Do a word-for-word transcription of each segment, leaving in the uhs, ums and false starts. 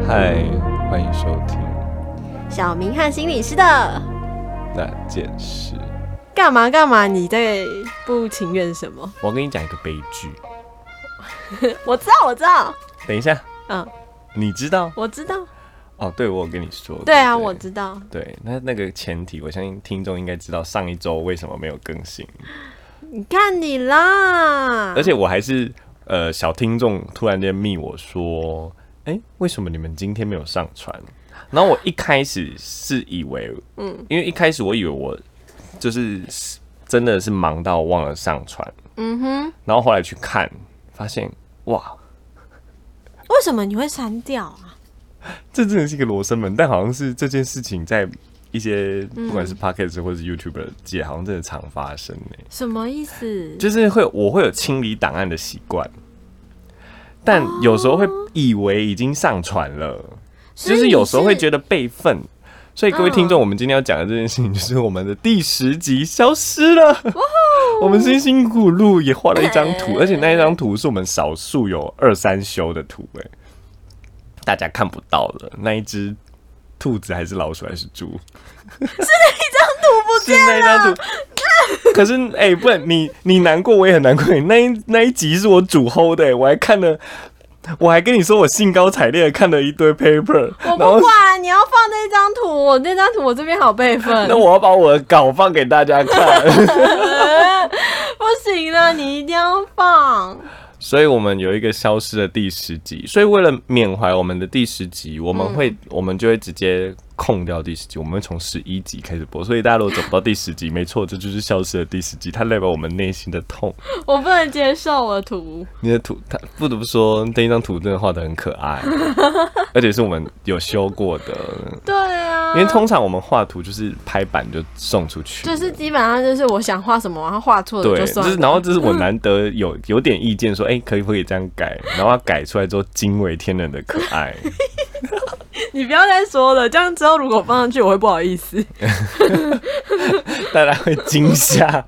嗨，欢迎收听小明和心理师的那件事。 干嘛干嘛？你在不情愿什么？ 我跟你讲一个悲剧。 我知道，我知道。 等一下， 嗯， 你知道？ 我知道。 哦，对，我有跟你说。 对啊， 对对我知道。 对，那那个前提，我相信听众应该知道上一周为什么没有更新。 你看你啦！ 而且我还是呃小听众突然间密我说，哎、欸，为什么你们今天没有上传？然后我一开始是以为，嗯，因为一开始我以为我就是真的是忙到忘了上传，嗯哼，然后后来去看，发现哇， 为什么你会删掉啊？ 这真的是一个罗生门，但好像是这件事情在一些不管是 Podcast 或是 YouTuber 界，好像真的常发生呢、欸。 什么意思？ 就是会我会有清理档案的习惯，但有时候会以为已经上传了，哦、就是有时候会觉得备份。所以各位听众，我们今天要讲的这件事情，就是我们的第十集消失了。我们辛辛苦苦也画了一张图，而且那一张图是我们少数有二三修的图、欸，大家看不到了。那一只兔子还是老鼠还是猪？ 是那一张图不见了。 是那一张图。可是，哎、欸，不然你你难过，我也很难过。那一那一集是我主 hold 的、欸，我还看了。我还跟你说，我兴高采烈的看了一堆 paper， 我不管，你要放那张图，我那张图我这边好备份。 那我要把我的稿放给大家看。 不行了，你一定要放。 所以我们有一个消失的第十集，所以为了缅怀我们的第十集，我们会、嗯、我们就会直接空掉第十集，我们会从十一集开始播。所以大家如果走不到第十集，没错，这就是消失的第十集，它代表我们内心的痛。 我不能接受我的图， 你的图，它不得不说，那一张图真的画得很可爱，而且是我们有修过的。 对啊， 因为通常我们画图就是拍板就送出去， 就是基本上就是我想画什么，然后画错了就算了。 对，就是然后这是我难得有有点意见说，哎、欸，可以不可以这样改？然后他改出来之后惊为天人的可爱。 你不要再说了，这样之后如果放上去，我会不好意思， 大家会惊吓。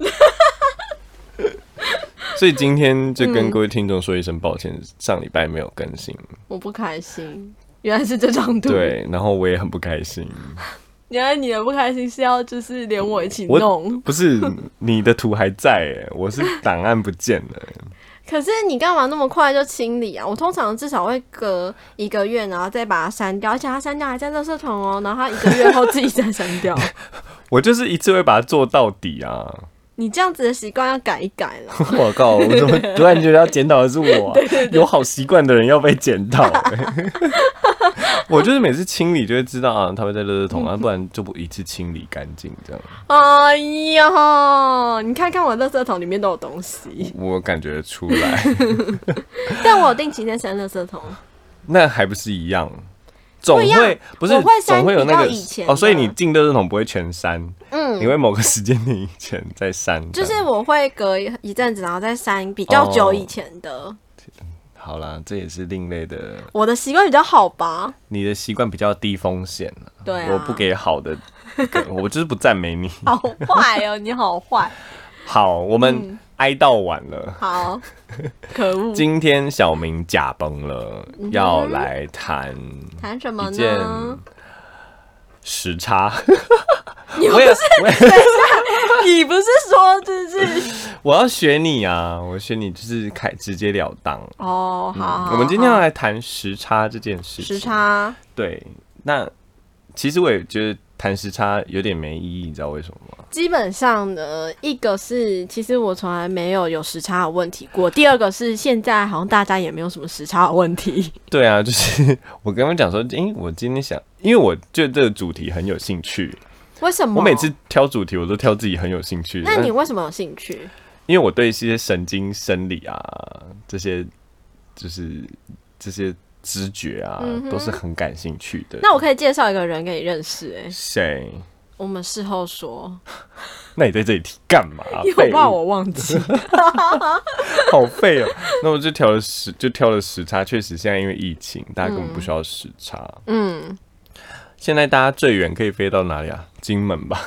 所以今天就跟各位听众说一声抱歉，嗯、上礼拜没有更新， 我不开心。原来是这张图， 对，然后我也很不开心。 原来你的不开心是要就是连我一起弄， 不是你的图还在哎，我是档案不见了。 可是你干嘛那么快就清理啊？我通常至少会隔一个月，然后再把它删掉，而且它删掉还在垃圾桶哦，然后它一个月后自己再删掉。 我就是一次会把它做到底啊。 你这样子的习惯要改一改了。 我靠！我怎么突然觉得要检讨的是我、啊？对对对，有好习惯的人要被检讨、欸。我就是每次清理就会知道啊，它会在垃圾桶啊，不然就不一次清理干净这样。 哎呀，你看看我垃圾桶里面都有东西， 我感觉出来。 但我有定期在删垃圾桶， 那还不是一样？总会不是我会总会有那个以前哦，所以你进垃圾桶不会全删， 嗯， 你会某个时间点以前再删， 就是我会隔一阵子，然后再删比较久以前的。哦、 好啦，这也是另类的。 我的习惯比较好吧？ 你的习惯比较低风险、啊、 对、啊， 我不给好的，我就是不赞美你。 好坏哦，你好坏。 好，我们。嗯哀悼完了， 好，可恶！ 今天小明驾崩了，嗯、要来谈谈什么呢？ 一件时差。 你不是等一下，你不是说就是我要学你啊？我学你就是开直截了当哦。好, 好, 好、 嗯，我们今天要来谈时差这件事情。 时差， 对，那其实我也觉得谈时差有点没意义，你知道为什么吗？ 基本上呢，一个是其实我从来没有有时差的问题过，第二个是现在好像大家也没有什么时差的问题。 对啊，就是我跟他们讲说，哎、欸，我今天想，因为我对这个主题很有兴趣。 为什么？ 我每次挑主题，我都挑自己很有兴趣。 那你为什么有兴趣？ 因为我对一些神经生理啊，这些就是这些知觉啊，嗯、都是很感兴趣的。 那我可以介绍一个人给你认识、欸，哎， 谁？ 我们事后说。 那你在这里提干嘛？ 因为我怕我忘记。 好废哦！那我就挑了时，就挑了时差。确实，现在因为疫情，大家根本不需要时差。嗯。现在大家最远可以飞到哪里啊？金门吧。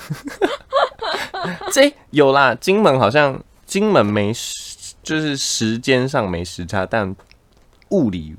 这有啦，金门好像金门没，就是时间上没时差，但物理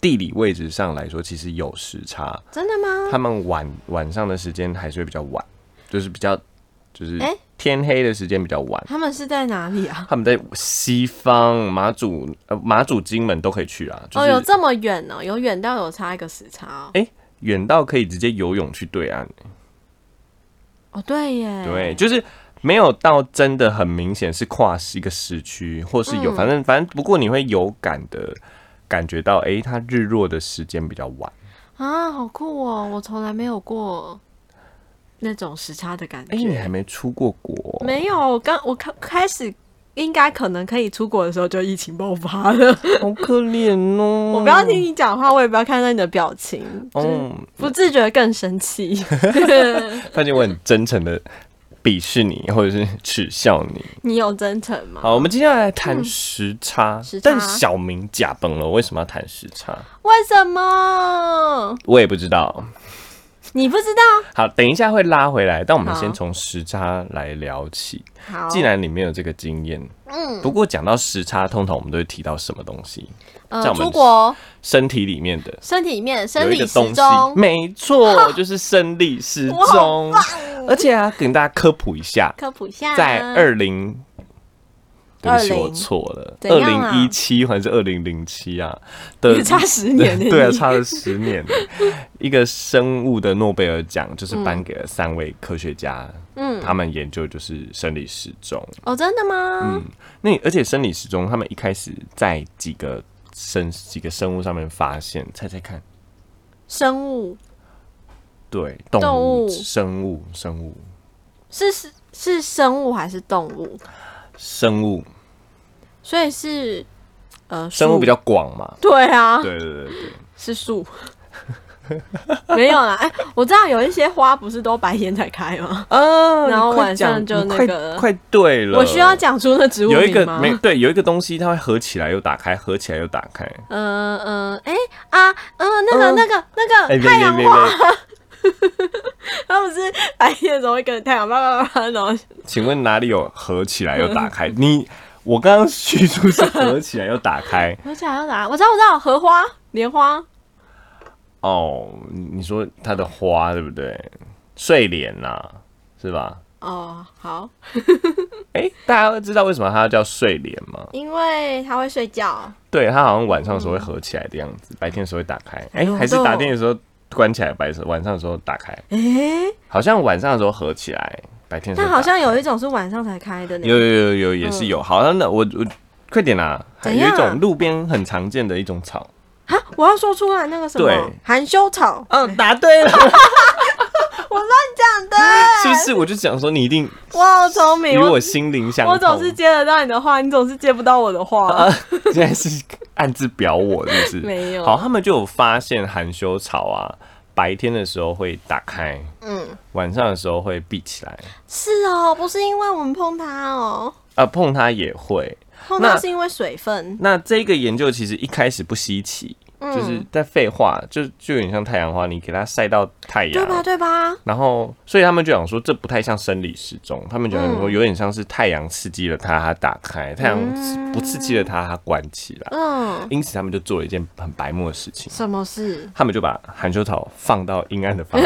地理位置上来说，其实有时差。 真的吗？ 他们晚晚上的时间还是会比较晚，就是比较就是欸天黑的时间比较晚。 他们是在哪里啊？ 他们在西方马祖呃马祖金门都可以去啊。就是、 哦，有这么远哦，有远到有差一个时差哦。 哎、欸，远到可以直接游泳去对岸。 哦，对耶， 对，就是没有到真的很明显是跨一个时区，或是有、嗯、反正反正不过你会有感的感觉到，哎、欸，它日落的时间比较晚啊，好酷哦！我从来没有过那种时差的感觉。 哎、欸，你还没出过国？ 没有，我刚我开开始应该可能可以出国的时候就疫情爆发了， 好可怜哦！ 我不要听你讲话，我也不要看到你的表情，哦，不自觉更生气。 发现我很真诚的鄙视你，或者是耻笑你。 你有真诚吗？ 好，我们今天要来谈时差，嗯、 时差但小明假崩了，为什么要谈时差？ 为什么？ 我也不知道。 你不知道？ 好，等一下会拉回来，但我们先从时差来聊起。 好， 既然你没有这个经验，嗯，不过讲到时差，通常我们都会提到什么东西？ 呃，出国身体里面的， 身体里面生理时钟，没错，就是生理时钟。而且啊，跟大家科普一下， 科普一下， 在二零。对不起，我错了。二零一七还是二零零七啊？ 的差十年的， 对啊，差了十年。一个生物的诺贝尔奖就是颁给了三位科学家，嗯，他们研究就是生理时钟。 哦，真的吗？ 嗯，那而且生理时钟，他们一开始在几个生几个生物上面发现，猜猜看？ 生物？ 对，动物、动物生物、生物是是是生物还是动物？ 生物， 所以是呃， 生物比较广嘛？ 对啊， 对对对对， 是树。没有啦，哎、欸，我知道有一些花不是都白天才开吗？ 啊， 然后晚上就那个， 快对了。 我需要讲出那植物名吗？ 有一个没对，有一个东西它会合起来又打开，合起来又打开。 嗯嗯，哎啊，嗯，那个、嗯、那个那个、欸、太阳花。他不是白天的时候会跟太阳叭叭叭，然后请问哪里有合起来又打开？你我刚刚叙述是合起来又打开， 合起来又打开，我知道我知道，荷花、莲花。 哦，你说它的花对不对？睡莲呐、啊，是吧？ 哦，好。 哎、欸，大家会知道为什么它叫睡莲吗？ 因为它会睡觉。 对，它好像晚上的时候会合起来的样子，嗯、白天的时候会打开。哎、欸，还是打电的时候关起来，白晚上的时候打開。哎、欸，好像晚上的时候合起来，白天的时候打開。 但好像有一种是晚上才开的。 有有有有也是有。嗯、好像的，我我快点啦！有一种路边很常见的一种草。 啊！我要说出来那个什么含羞草。 嗯，答对了。 我乱讲的， 是不是？我就想说你一定哇，好聪明， 与我心灵相通。 我总是接得到你的话，你总是接不到我的话。 啊、现在是暗自表我，是不是？ 没有。 好，他们就有发现含羞草啊，白天的时候会打开，嗯，晚上的时候会闭起来。 是哦，不是因为我们碰它哦。 啊，碰它也会。 碰它是因为水分。 那这个研究其实一开始不稀奇。嗯、就是在废话，就就有点像太阳花，你给它晒到太阳， 对吧？对吧？ 然后，所以他们就讲说，这不太像生理时钟，他们讲说有点像是太阳刺激了它，它打开；太阳不刺激了它，它关起来。嗯，因此他们就做了一件很白目的事情。 什么事？ 他们就把含羞草放到阴暗的房间。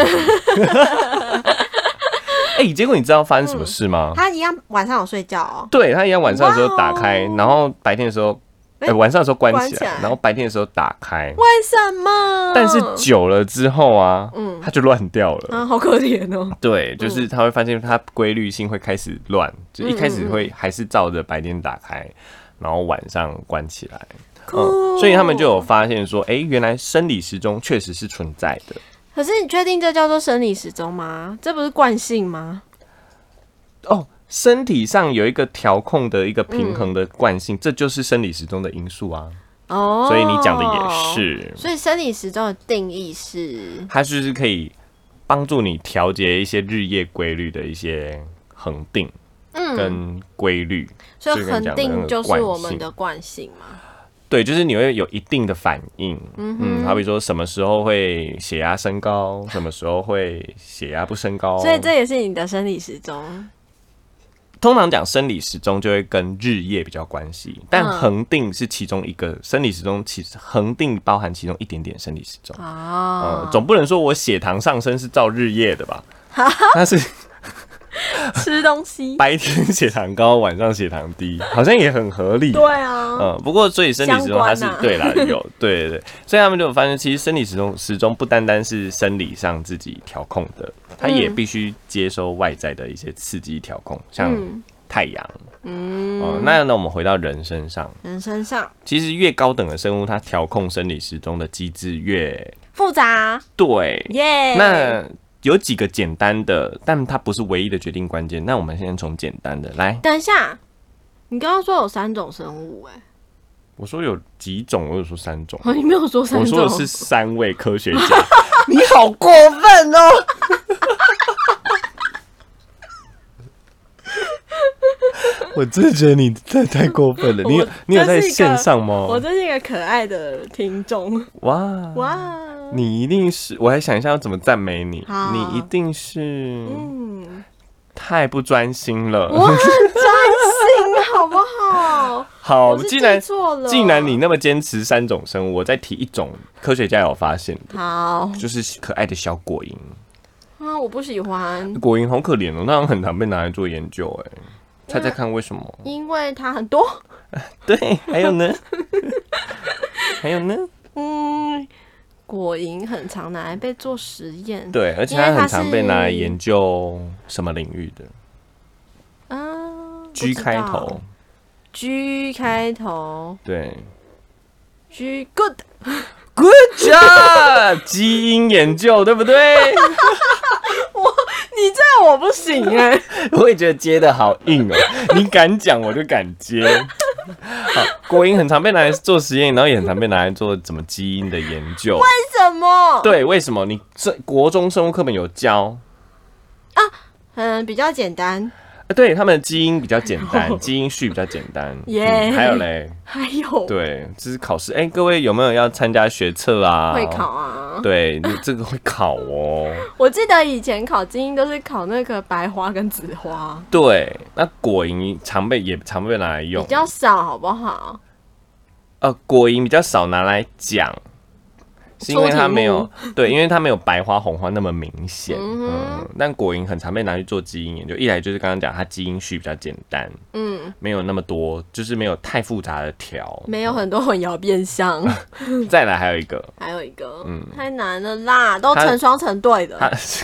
哎、欸，结果你知道发生什么事吗？ 他、嗯、一样晚上有睡觉哦。 对，他一样晚上的时候打开，然后白天的时候。欸、晚上的时候关起来，然后白天的时候打开。 为什么？ 但是久了之后啊，嗯，它就乱掉了。 啊，好可怜哦。 对，就是他会发现它规律性会开始乱，就一开始会还是照着白天打开，然后晚上关起来。嗯，所以他们就有发现说，哎、欸，原来生理时钟确实是存在的。 可是你确定这叫做生理时钟吗？这不是惯性吗？ 哦。身体上有一个调控的一个平衡的惯性，嗯、这就是生理时钟的因素啊。哦，所以你讲的也是。 所以生理时钟的定义是， 它就是可以帮助你调节一些日夜规律的一些恒定，嗯，跟规律。 所以恒定就是我们的惯性嘛。 对，就是你会有一定的反应，嗯嗯，好比说什么时候会血压升高，什么时候会血压不升高， 所以这也是你的生理时钟。 通常讲生理时钟就会跟日夜比较关系，但恒定是其中一个生理时钟，其实恒定包含其中一点点生理时钟。哦、呃，总不能说我血糖上升是照日夜的吧？那是吃东西， 白天血糖高，晚上血糖低，好像也很合理。 对啊， 嗯，不过所以生理时钟它是、啊、对啦，有对对对，所以他们就有发现，其实生理时钟时钟不单单是生理上自己调控的，它也必须接收外在的一些刺激调控，像太阳。嗯，哦，那那我们回到人身上， 人身上， 其实越高等的生物，它调控生理时钟的机制越复杂。 对， 耶、yeah 。 那有几个简单的，但它不是唯一的决定关键。那我们先从简单的来。 等一下，你刚刚说有三种生物、欸，哎， 我说有几种，我有说三种。 你没有说三种， 我说的是三位科学家。你好过分哦！我真的觉得你太太过分了。你有你有在线上吗？ 我真是一个可爱的听众。 哇哇！ 你一定是，我还想一下要怎么赞美你。你一定是，嗯，太不专心了。 我很专心，好不好？ 好，既然既然你那么坚持三种生物，我再提一种科学家有发现的， 好， 就是可爱的小果蝇。 啊，我不喜欢果蝇，好可怜哦，那样很常被拿来做研究。哎，猜猜看为什么？ 因为它很多。 对，还有呢？还有呢？ 嗯。果蝇很常拿来被做实验， 对，而且它很常被拿来研究什么领域的？ 嗯 ，G 开头 ，G 开头， 对 ，G good good job， 基因研究对不对？ 我你这样我不行哎、欸， 我也觉得接的好硬哦、喔，你敢讲我就敢接。好，果蝇很常被拿来做实验，然后也很常被拿来做怎么基因的研究。 为什么？ 对，为什么？你这国中生物课本有教啊？嗯，比较简单。 对，他们的基因比较简单，基因序比较简单。耶、yeah 嗯，还有嘞， 还有， 对，这是考试。哎、欸，各位有没有要参加学测啊？ 会考啊？ 对，你这个会考哦。 我记得以前考基因都是考那个白花跟紫花。 对，那果蝇常被也常被拿来用， 比较少，好不好？ 呃，果蝇比较少拿来讲。是因为它没有对，因为它没有白花红花那么明显，嗯, 嗯，但果蝇很常被拿去做基因研究。一来就是刚刚讲它基因序比较简单，嗯，没有那么多，就是没有太复杂的条， 没有很多混淆变相。 再来还有一个， 还有一个，嗯，太难了啦，都成双成对的，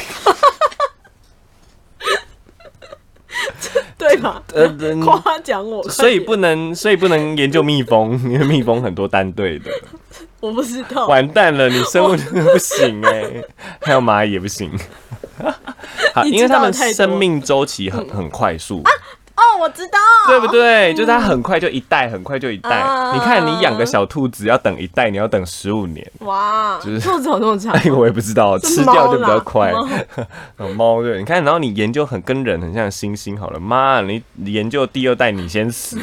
对吧？呃，夸奖我， 所以不能，所以不能研究蜜蜂，因为蜜蜂很多单对的。 我不知道， 完蛋了，你生物真的不行哎、欸，还有蚂蚁也不行。好，因为他们生命周期很很快速、 啊。哦，我知道， 对不对？嗯、就是它很快就一代，很快就一代。啊、你看，你养个小兔子要等一代，你要等十五年。哇，就是兔子有那么长？ 哎，我也不知道，吃掉就比较快。猫对，你看，然后你研究很跟人很像猩猩，好了，妈，你研究第二代你先死。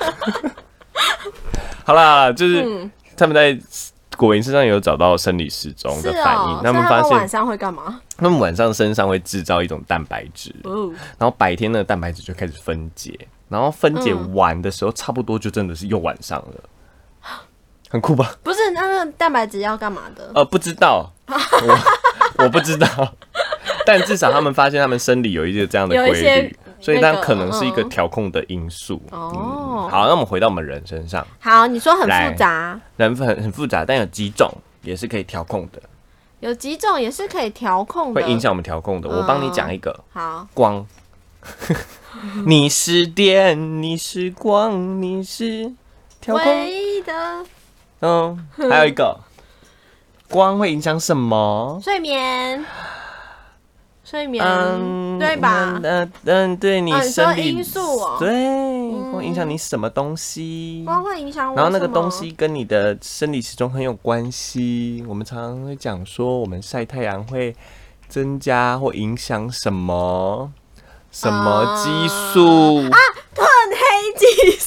好啦，就是、嗯、他们在。果蝇身上有找到生理时钟的反应， 哦、他们发现晚上会干嘛？ 他们晚上身上会制造一种蛋白质，哦、然后白天那个蛋白质就开始分解，然后分解完的时候，嗯、差不多就真的是又晚上了，很酷吧？ 不是，那个蛋白质要干嘛的？ 呃，不知道，我, 我不知道，但至少他们发现他们生理有一些这样的规律。所以它可能是一个调控的因素。哦、嗯，好，那我们回到我们人身上。 好，你说很复杂， 人很很复杂，但有几种也是可以调控的。 有几种也是可以调控的， 会影响我们调控的。嗯、我帮你讲一个。 好， 光。你是电，你是光，你是调控的。 嗯，还有一个，光会影响什么？ 睡眠。睡眠，嗯、对吧？ 嗯嗯，对你生理、 啊、因素哦， 对，会影响你什么东西？ 光会影响我， 然后那个东西跟你的生理时钟很有关系。我们常常会讲说，我们晒太阳会增加或影响什么什么激素啊？褪黑激素。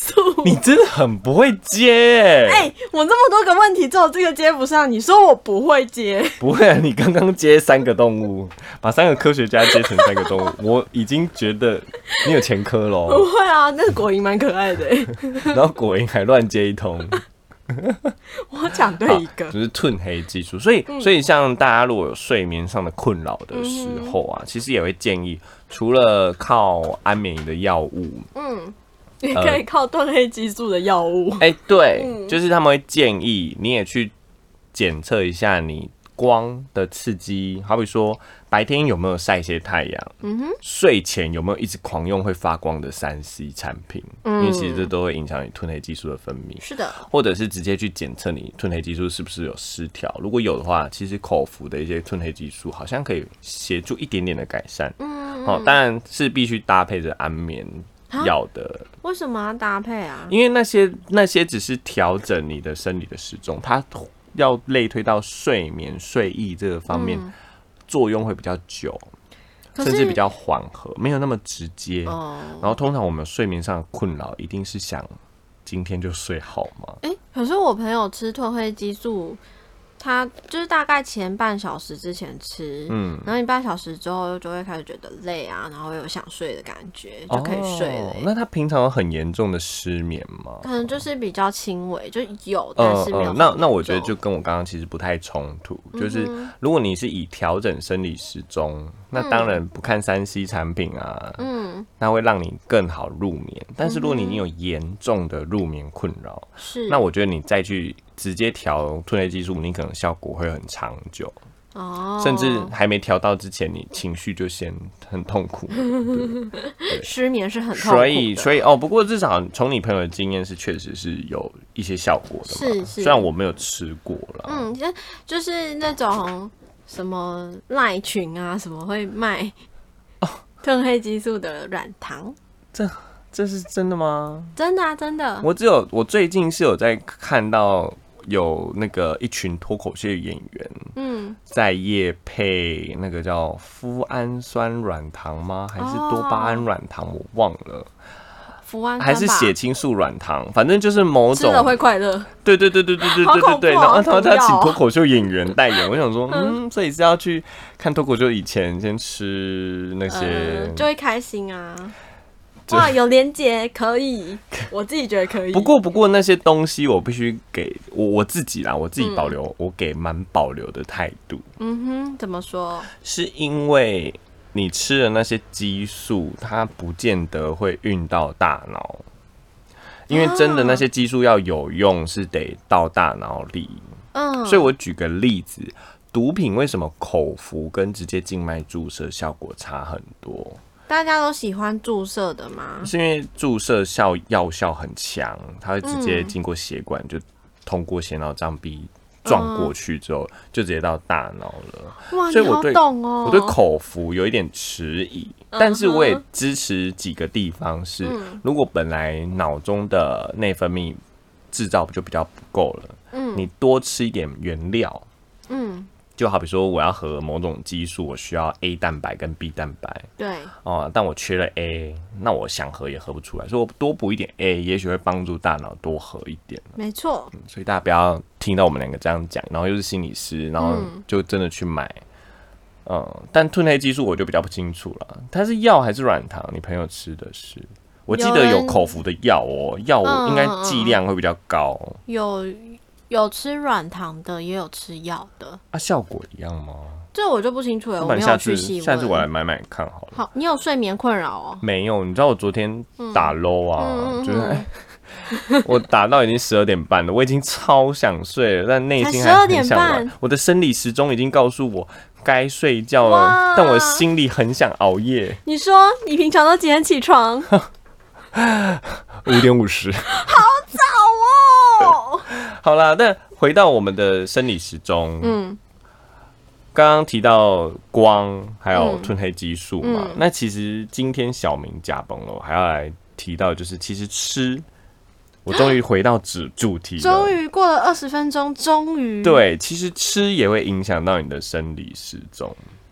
你真的很不会接哎、 哎、欸，我这么多个问题，只有这个接不上，你说我不会接？ 不会啊，你刚刚接三个动物，把三个科学家接成三个动物，我已经觉得你有前科喽。 不会啊，那个果蝇蛮可爱的哎。 然后果蝇还乱接一通。 我讲对一个， 就是褪黑激素，所以、嗯、所以像大家如果有睡眠上的困扰的时候啊、嗯，其实也会建议，除了靠安眠的药物， 嗯，也可以靠褪黑激素的药物。 哎、欸，对、嗯，就是他们会建议你也去检测一下你光的刺激，好比说白天有没有晒一些太阳，嗯哼，睡前有没有一直狂用会发光的三 C 产品、嗯，因为其实这都会影响你褪黑激素的分泌。是的，或者是直接去检测你褪黑激素是不是有失调，如果有的话，其实口服的一些褪黑激素好像可以协助一点点的改善。嗯，哦，当然是必须搭配着安眠药的。 为什么要搭配啊？ 因为那些那些只是调整你的生理的时钟，它要类推到睡眠睡意这个方面。嗯，作用会比较久，甚至比较缓和，没有那么直接。哦，然后通常我们睡眠上的困扰，一定是想今天就睡好吗？ 哎、欸，可是我朋友吃褪黑激素，他就是大概前半小时之前吃，嗯，然后你半小时之后就会开始觉得累啊，然后有想睡的感觉，就可以睡了、欸哦。 那他平常有很严重的失眠吗？ 可能就是比较轻微，就有，但是没有、呃呃。 那那我觉得就跟我刚刚其实不太冲突、嗯，就是如果你是以调整生理时钟，那当然不看三 C 产品啊，嗯，那会让你更好入眠。但是如果你有严重的入眠困扰，是，那我觉得你再去直接调褪黑激素，你可能效果会很长久。哦，甚至还没调到之前，你情绪就先很痛苦。 失眠是很痛苦的。 所以，所以哦，不过至少从你朋友的经验是，确实是有一些效果的嘛。是是，虽然我没有吃过啦。 嗯，就是那种什么赖群啊，什么会卖褪黑激素的软糖。 这这是真的吗？ 真的啊，真的。 我只有我最近是有在看到。有那个一群脱口秀演员，嗯，在业配那个叫麩胺酸软糖吗？还是多巴胺软糖？哦、我忘了。 麩胺还是血清素软糖，反正就是某种吃了会快乐。 对对对对对对对对对。然后他他请脱口秀演员代言，我想说，嗯，所以是要去看脱口秀以前先吃那些， 呃、就会开心啊。哇，有连结可以，我自己觉得可以。 不过，不过那些东西我必须给我我自己啦，我自己保留，嗯、我给蛮保留的态度。 嗯哼，怎么说？ 是因为你吃的那些激素，它不见得会运到大脑，因为真的那些激素要有用，是得到大脑里。嗯，所以我举个例子，毒品为什么口服跟直接静脉注射效果差很多？ 大家都喜欢注射的吗？ 是因为注射效药效很强，它会直接经过血管，嗯、就通过血脑障壁撞过去之后，嗯、就直接到大脑了。 哇， 所以我对、 你好懂哦、 我对口服有一点迟疑，嗯、但是我也支持几个地方是，嗯、如果本来脑中的内分泌制造就比较不够了，嗯，你多吃一点原料，嗯。就好比说，我要合某种激素，我需要 A 蛋白跟 B 蛋白。 对。 哦，但我缺了 A， 那我想合也合不出来，所以我多补一点 A， 也许会帮助大脑多合一点。 没错、 嗯。所以大家不要听到我们两个这样讲，然后又是心理师，然后就真的去买。嗯, 嗯，但褪黑激素我就比较不清楚了，它是药还是软糖？你朋友吃的是？我记得有口服的药哦，药应该剂量会比较高。 嗯、有。有吃软糖的，也有吃药的。 啊，效果一样吗？ 这我就不清楚了，我没有去细问。 下次我来买买看好了。 好，你有睡眠困扰哦？ 没有，你知道我昨天打 low 啊，嗯、就是、欸、我打到已经十二点半了，我已经超想睡了，但内心还很想玩。我的生理时钟已经告诉我该睡觉了，但我心里很想熬夜。 你说你平常都几点起床？ 五点五十。 好早哦。 好啦，但回到我们的生理时钟，嗯，刚刚提到光还有褪黑激素嘛，嗯嗯、那其实今天小明驾崩了，我还要来提到，就是其实吃，我终于回到主主题了， 终于过了二十分钟，终于对， 其实吃也会影响到你的生理时钟。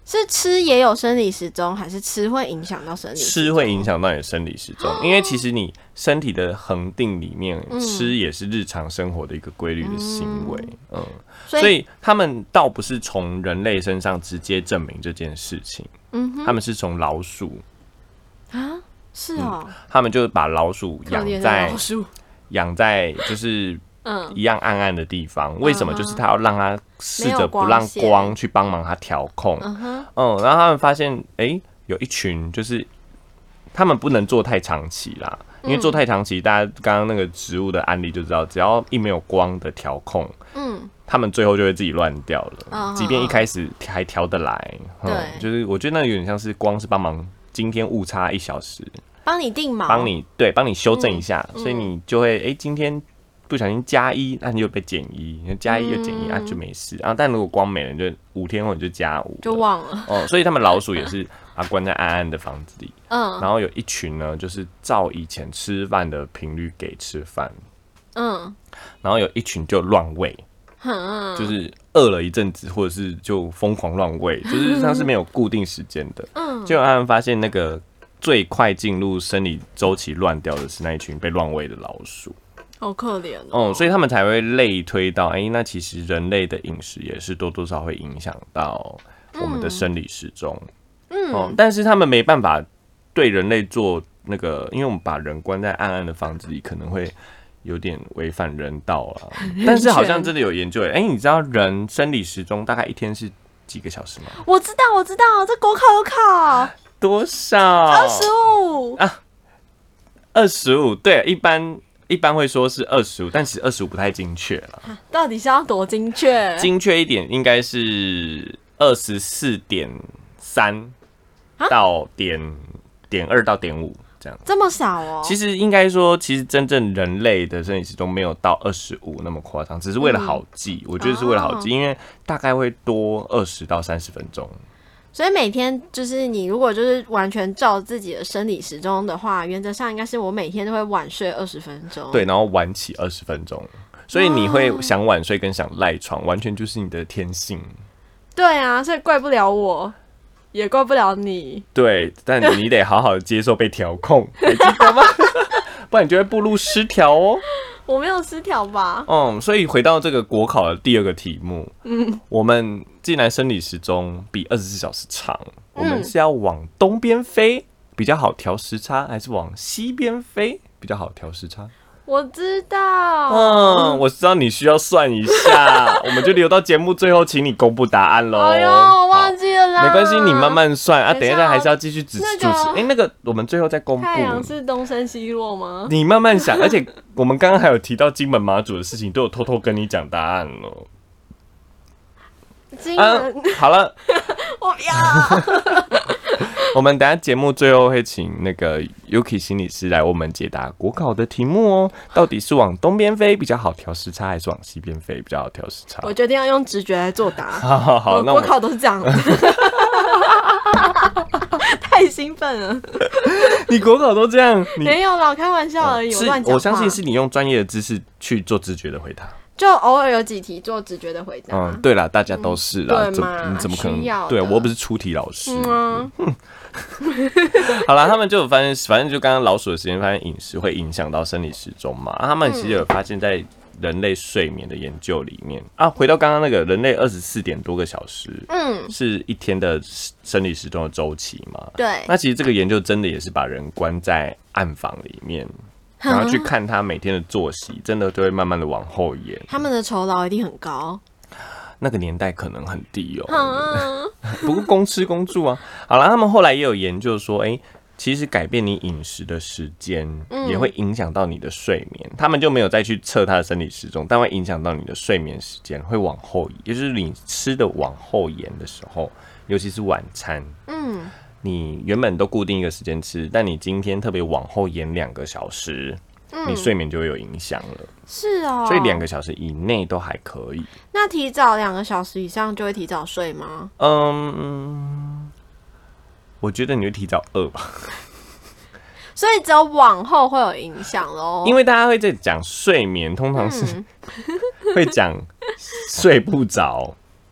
是吃也有生理时钟，还是吃会影响到生理时钟？ 吃会影响到你的生理时钟，因为其实你身体的恒定里面，嗯、吃也是日常生活的一个规律的行为。嗯，嗯所, 以所以他们倒不是从人类身上直接证明这件事情，嗯哼，他们是从老鼠啊，是哦、嗯， 他们就把老鼠养在养在就是。嗯，一样暗暗的地方，为什么？就是他要让他试着不让光去帮忙他调控。嗯哼，嗯，然后他们发现，哎、欸，有一群就是他们不能做太长期啦，因为做太长期，大家刚刚那个植物的案例就知道，只要一没有光的调控，嗯，他们最后就会自己乱掉了。嗯、即便一开始还调得来，嗯、对，就是我觉得那有点像是光是帮忙今天误差一小时， 帮你定锚， 帮你对，帮你修正一下，嗯、所以你就会哎、欸，今天。不小心加一，那你就被减一，加一又减一啊，就没事啊。但如果光没了，你就五天后你就加五， 就忘了哦。所以他们老鼠也是把它关在暗暗的房子里，嗯。然后有一群呢，就是照以前吃饭的频率给吃饭，嗯。然后有一群就乱喂，嗯，就是饿了一阵子，或者是就疯狂乱喂，就是它是没有固定时间的，嗯。结果他们发现那个最快进入生理周期乱掉的是那一群被乱喂的老鼠。 好可怜哦、 嗯，所以他们才会类推到，哎、欸，那其实人类的饮食也是多多少少会影响到我们的生理时钟，嗯、嗯，但是他们没办法对人类做那个，因为我们把人关在暗暗的房子里，可能会有点违反人道啦。但是好像真的有研究，哎、欸，你知道人生理时钟大概一天是几个小时吗？ 我知道，我知道，这国考有考多少？ 二十五啊， 二十五，对，一般。一般会说是二十五，但其实二十五不太精确了。 到底是要多精确？ 精确一点应该是二十四点三到点点二到点五这样。 这么少哦？ 其实应该说，其实真正人类的生理时钟没有到二十五那么夸张，只是为了好记。嗯、我觉得是为了好记，哦、因为大概会多二十到三十分钟。 所以每天就是你如果就是完全照自己的生理时钟的话，原则上应该是我每天都会晚睡二十分钟， 对，然后晚起二十分钟，所以你会想晚睡跟想赖床，完全就是你的天性。 对啊，所以怪不了我，也怪不了你。 对，但你得好好的接受被调控，还记得吗？不然你就会步入失调哦。 我没有失调吧？ 嗯，所以回到这个国考的第二个题目，嗯，我们既然生理时钟比二十四小时长，我们是要往东边飞比较好调时差，还是往西边飞比较好调时差？ 我知道， 嗯，我知道你需要算一下，我们就留到节目最后，请你公布答案喽。 哎呦，我忘记了啦， 没关系，你慢慢算啊。等一下还是要继续主持。哎、欸，那个我们最后再公布。 太阳是东升西落吗？ 你慢慢想，而且我们刚刚还有提到金门马祖的事情，都有偷偷跟你讲答案了。 金门、啊、 好了， 我不要。 我们等一下节目最后会请那个 Yuki 心理师来为我们解答国考的题目哦。到底是往东边飞比较好调时差，还是往西边飞比较好调时差？ 我决定要用直觉来作答。 好好好，那国考都是这样的。太兴奋了！ 你国考都这样？ 没有啦，开玩笑而已。 是，我相信是你用专业的知识去做直觉的回答。 就偶尔有几题做直觉的回答。 嗯，对啦，大家都是啦。 嗯、对嘛？ 你怎么可能？ 要对我不是出题老师。 嗯、啊。 好啦，他们就有发现，反正就刚刚老鼠的时间，发现饮食会影响到生理时钟嘛。他们其实有发现，在人类睡眠的研究里面啊，回到刚刚那个人类二十四点多个小时，嗯，是一天的生理时钟的周期嘛。 对。 那其实这个研究真的也是把人关在暗房里面。然后去看他每天的作息，真的就会慢慢的往后延。 他们的酬劳一定很高， 那个年代可能很低哦。不过公吃公住啊。好了，他们后来也有研究说，哎、欸，其实改变你饮食的时间也会影响到你的睡眠。嗯、他们就没有再去测他的生理时钟，但会影响到你的睡眠时间，会往后移，也就是你吃的往后延的时候，尤其是晚餐，嗯。你原本都固定一个时间吃，但你今天特别往后延两个小时，嗯、你睡眠就会有影响了。 是哦， 所以两个小时以内都还可以。 那提早两个小时以上就会提早睡吗？ 嗯，我觉得你会提早饿吧。 所以只有往后会有影响咯。 因为大家会在讲睡眠，通常是会讲睡不着。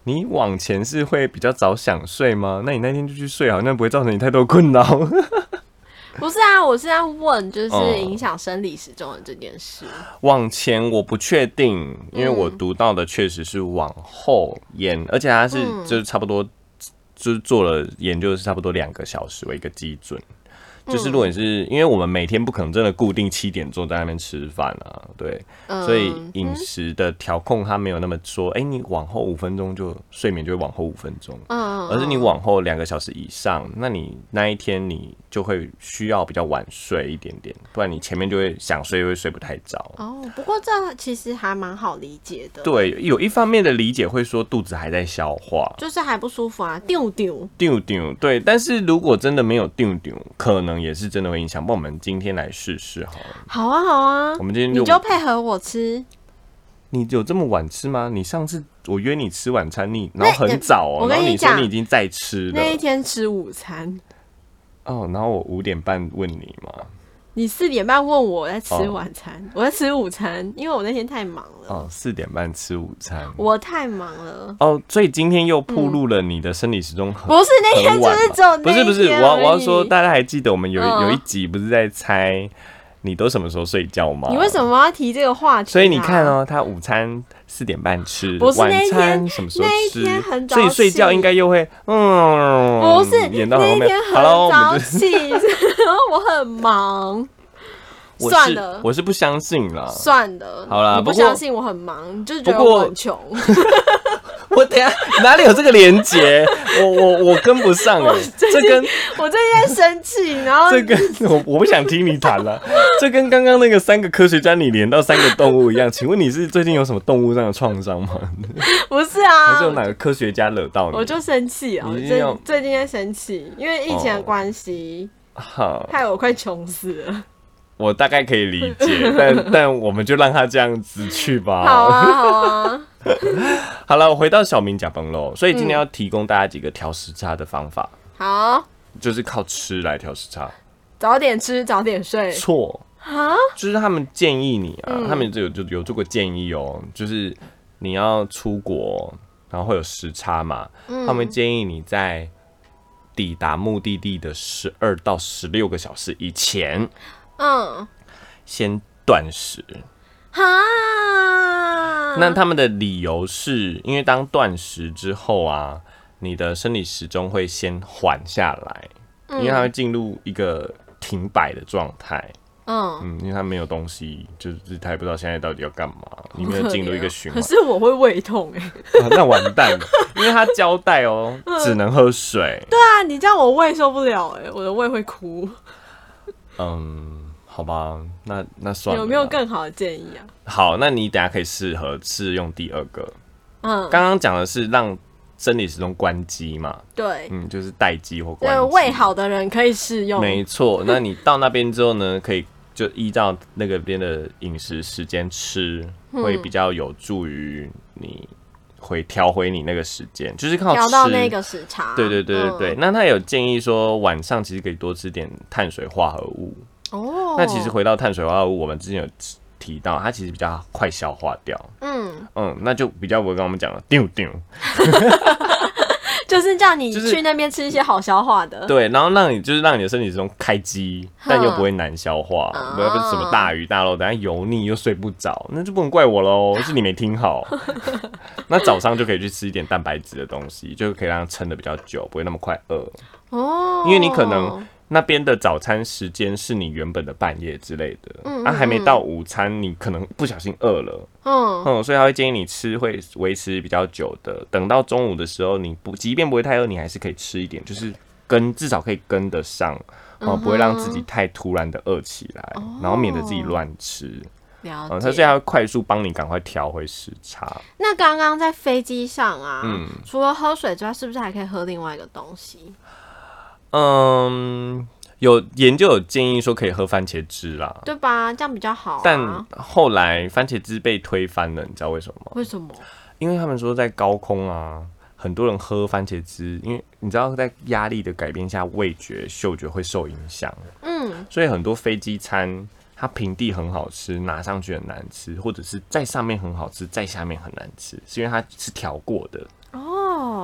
你往前是会比较早想睡吗？那你那天就去睡，好像不会造成你太多困扰。 不是啊，我是在问，就是影响生理时钟的这件事。嗯、 往前我不确定，因为我读到的确实是往后延，嗯、而且它是就是差不多，就是做了研究是差不多两个小时为一个基准。就是如果你是，因为我们每天不可能真的固定七点钟在那边吃饭啊，对，嗯、所以饮食的调控它没有那么说，哎、欸，你往后五分钟就睡眠就会往后五分钟，嗯，而是你往后两个小时以上，那你那一天你就会需要比较晚睡一点点，不然你前面就会想睡会睡不太着。 哦，不过这其实还蛮好理解的。 对，有一方面的理解会说肚子还在消化， 就是还不舒服啊，丢丢丢丢，对，但是如果真的没有丢丢，可能也是真的会影响，不然我们今天来试试好了。 好啊，好啊， 我们今天就你就配合我吃。 你有这么晚吃吗？你上次我约你吃晚餐，你然后很早哦、喔，然后你说你已经在吃了。 那一天吃午餐。 哦，然后我五点半问你嘛。 你四点半问我在吃晚餐，哦、我在吃午餐，因为我那天太忙了。 哦，四点半吃午餐， 我太忙了。 哦，所以今天又暴露了你的生理时钟很、 嗯、不是那天就是只有那一天而已。 不是不是，我要我要说，大家还记得我们有、嗯、有一集不是在猜你都什么时候睡觉吗？ 你为什么要提这个话题、啊？ 所以你看哦，他午餐四点半吃， 不是晚餐什么时候吃？ 那一天很早起，所以睡觉应该又会嗯， 不是演到后面。 那一天很早起，我很忙。算了， 我是不相信啦。 算了， 好啦， 你不相信我很忙，你就是觉得我很穷。 我等一下哪里有这个连结？我我我跟不上哎、欸，这跟我最近在生气，然后这跟我我不想听你谈了。这跟刚刚那个三个科学家你连到三个动物一样，请问你是最近有什么动物上的创伤吗？ 不是啊， 还是有哪个科学家惹到你？ 我就生气啊！我最最近在生气，因为疫情的关系， 好、 哦，害我快穷死了。 我大概可以理解，但但我们就让他这样子去吧。 好啊，好啊。 好了，我回到小明甲崩喽。所以今天要提供大家几个调时差的方法。 好， 就是靠吃来调时差。 早点吃，早点睡。 错啊， 就是他们建议你啊，嗯、他们有就有做过建议哦，就是你要出国，然后会有时差嘛，嗯、他们建议你在抵达目的地的十二到十六个小时以前。嗯，先断食。 哈， 那他们的理由是因为当断食之后啊，你的生理时钟会先缓下来，嗯、因为它会进入一个停摆的状态。嗯嗯，因为它没有东西，就是它也不知道现在到底要干嘛，你没有进入一个循环。 可是我会胃痛哎、 欸啊，那完蛋了，因为它交代哦、喔，只能喝水。 对啊，你这样我胃受不了哎、欸，我的胃会哭。 嗯。好吧，那那算了。 有没有更好的建议啊？ 好，那你等一下可以适合试用第二个。嗯，刚刚讲的是让生理时钟关机嘛？对，嗯，就是待机或关机。 对，胃好的人可以适用。 没错，那你到那边之后呢，可以就依照那个边的饮食时间吃，嗯、会比较有助于你回调回你那个时间，就是靠吃调到那个时差。 对对对对对。嗯、那他有建议说，晚上其实可以多吃点碳水化合物。哦，那其实回到碳水化合物，我们之前有提到，它其实比较快消化掉。嗯嗯，那就比较不会跟我们讲了，丢丢， 就是叫你去那边吃一些好消化的。 对，然后让你就是让你的身体这种开机，但又不会难消化，不要什么大鱼大肉，等下油腻又睡不着，那就不能怪我喽，是你没听好。那早上就可以去吃一点蛋白质的东西，就可以让它撑得比较久，不会那么快饿。哦，因为你可能。那边的早餐时间是你原本的半夜之类的，嗯，啊，还没到午餐，你可能不小心饿了，嗯嗯，所以他会建议你吃会维持比较久的，等到中午的时候，你不即便不会太饿，你还是可以吃一点，就是跟至少可以跟得上，哦、嗯，不会让自己太突然的饿起来，哦、然后免得自己乱吃。 了解， 嗯，他所以他会快速帮你赶快调回时差。 那刚刚在飞机上啊，嗯，除了喝水之外，是不是还可以喝另外一个东西？ 嗯，有研究有建议说可以喝番茄汁啦， 对吧？这样比较好、啊。 但后来番茄汁被推翻了，你知道为什么吗？ 为什么？ 因为他们说在高空啊，很多人喝番茄汁，因为你知道在压力的改变下，味觉、嗅觉会受影响。嗯，所以很多飞机餐它平地很好吃，拿上去很难吃，或者是在上面很好吃，在下面很难吃，是因为它是调过的。哦，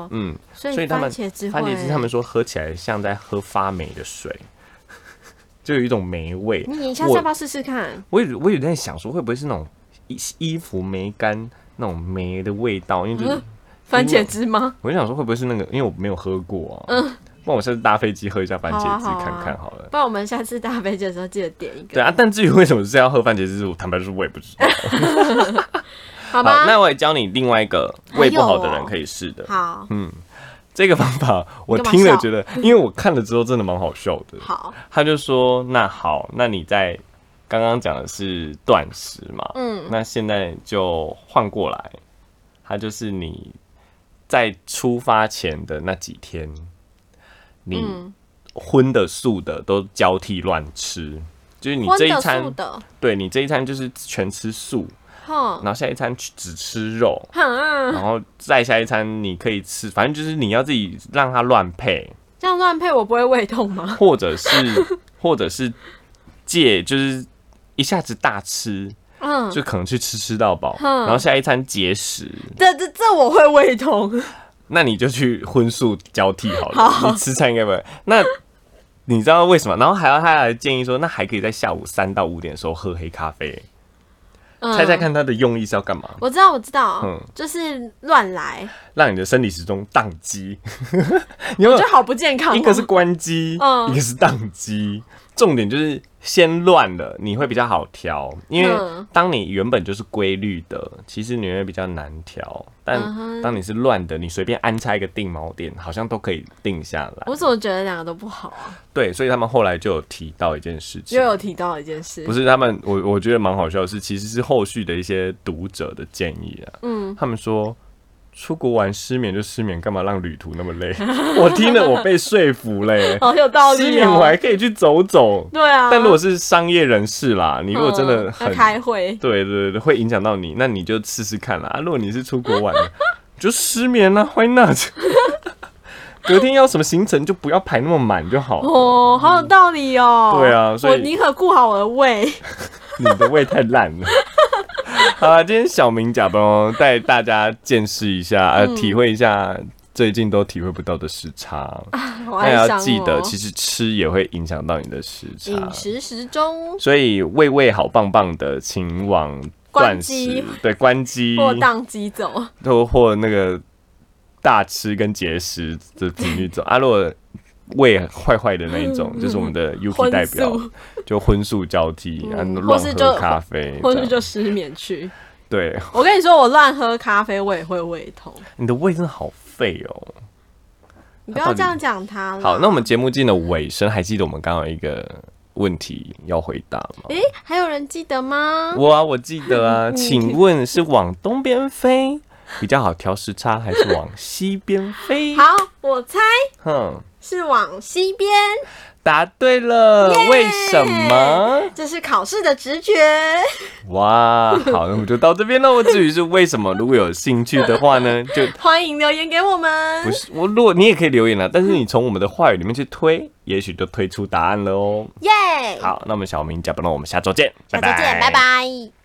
哦， 嗯， 所以番茄汁番茄汁他们说喝起来像在喝发霉的水，就有一种霉味。 你下次要不要试试看？ 我有我有在想说，会不会是那种衣衣服霉干那种霉的味道？因为就是、嗯、 番茄汁吗？ 我就想说会不会是那个，因为我没有喝过啊。嗯。不然我下次搭飞机喝一下番茄汁看看好了。好啊好啊， 不然我们下次搭飞机的时候记得点一个。 对啊，但至于为什么是要喝番茄汁，我坦白说我也不知道。 好吧， 好，那我也教你另外一个胃不好的人可以试的。 好， 嗯，这个方法我听了觉得，因为我看了之后真的蛮好笑的。 好， 他就说：“那好，那你在刚刚讲的是断食嘛？嗯，那现在就换过来，他就是你在出发前的那几天。”你荤的素的都交替乱吃，就是你这一餐，对你这一餐就是全吃素，然后下一餐只吃肉，然后再下一餐你可以吃，反正就是你要自己让它乱配。 这样乱配我不会胃痛吗？ 或者是或者是戒，就是一下子大吃。嗯，就可能去吃吃到饱，然后下一餐节食。 这这这我会胃痛。 那你就去荤素交替好了，好，你吃菜应该不会。那你知道为什么？然后还要他还建议说，那还可以在下午三到五点的时候喝黑咖啡。嗯、猜猜看他的用意是要干嘛？ 我知道，我知道，嗯，就是乱来， 让你的生理时钟宕机。 你我觉得好不健康。 一个是关机，嗯、一个是宕机。重点就是先乱了，你会比较好调，因为当你原本就是规律的，其实你会比较难调。但当你是乱的，你随便安插一个定锚点，好像都可以定下来。 我怎么觉得两个都不好啊？ 对，所以他们后来就有提到一件事情， 又有提到一件事， 不是他们，我我觉得蛮好笑的是，其实是后续的一些读者的建议啊。嗯，他们说。出国玩失眠就失眠，干嘛让旅途那么累？我听了，我被说服嘞、欸， 好有道理、哦。 失眠我还可以去走走， 对啊。 但如果是商业人士啦，你如果真的很、 嗯、开会， 对对对，会影响到你，那你就试试看啦。啊，如果你是出国玩的，就失眠啦 ，Why not？ 隔天要什么行程就不要排那么满就好。 哦，好有道理哦。 对啊，所以我宁可顾好我的胃。 你的胃太烂了。好啦，今天小明假扮带大家见识一下，呃，嗯、体会一下最近都体会不到的时差。那要记得，其实吃也会影响到你的时差。 饮食时钟。 所以胃胃好棒棒的，请往断食，对，关机或宕机走， 或或那个大吃跟节食的频率走啊。如果胃坏坏的那一种，就是我们的 Yuki 代表，就荤素交替，嗯、乱喝咖啡， 或是就失眠去。 对， 我跟你说，我乱喝咖啡，我也会胃痛。 你的胃真的好废哦！ 你不要这样讲他了。 好，那我们节目进的尾声，还记得我们刚刚有一个问题要回答吗？ 诶、欸，还有人记得吗？ 我啊，我记得啊。请问是往东边飞比较好调时差，还是往西边飞？ 好，我猜，哼，是往西边。 答对了， yeah! 为什么？ 这是考试的直觉。 哇，好，那我们就到这边喽。至于是为什么，如果有兴趣的话呢，就欢迎留言给我们。 不是我，如果你也可以留言啦，但是你从我们的话语里面去推，也许就推出答案了哦。 耶、yeah! 好，那我们小明假不让我们下周见， 下周见，拜拜。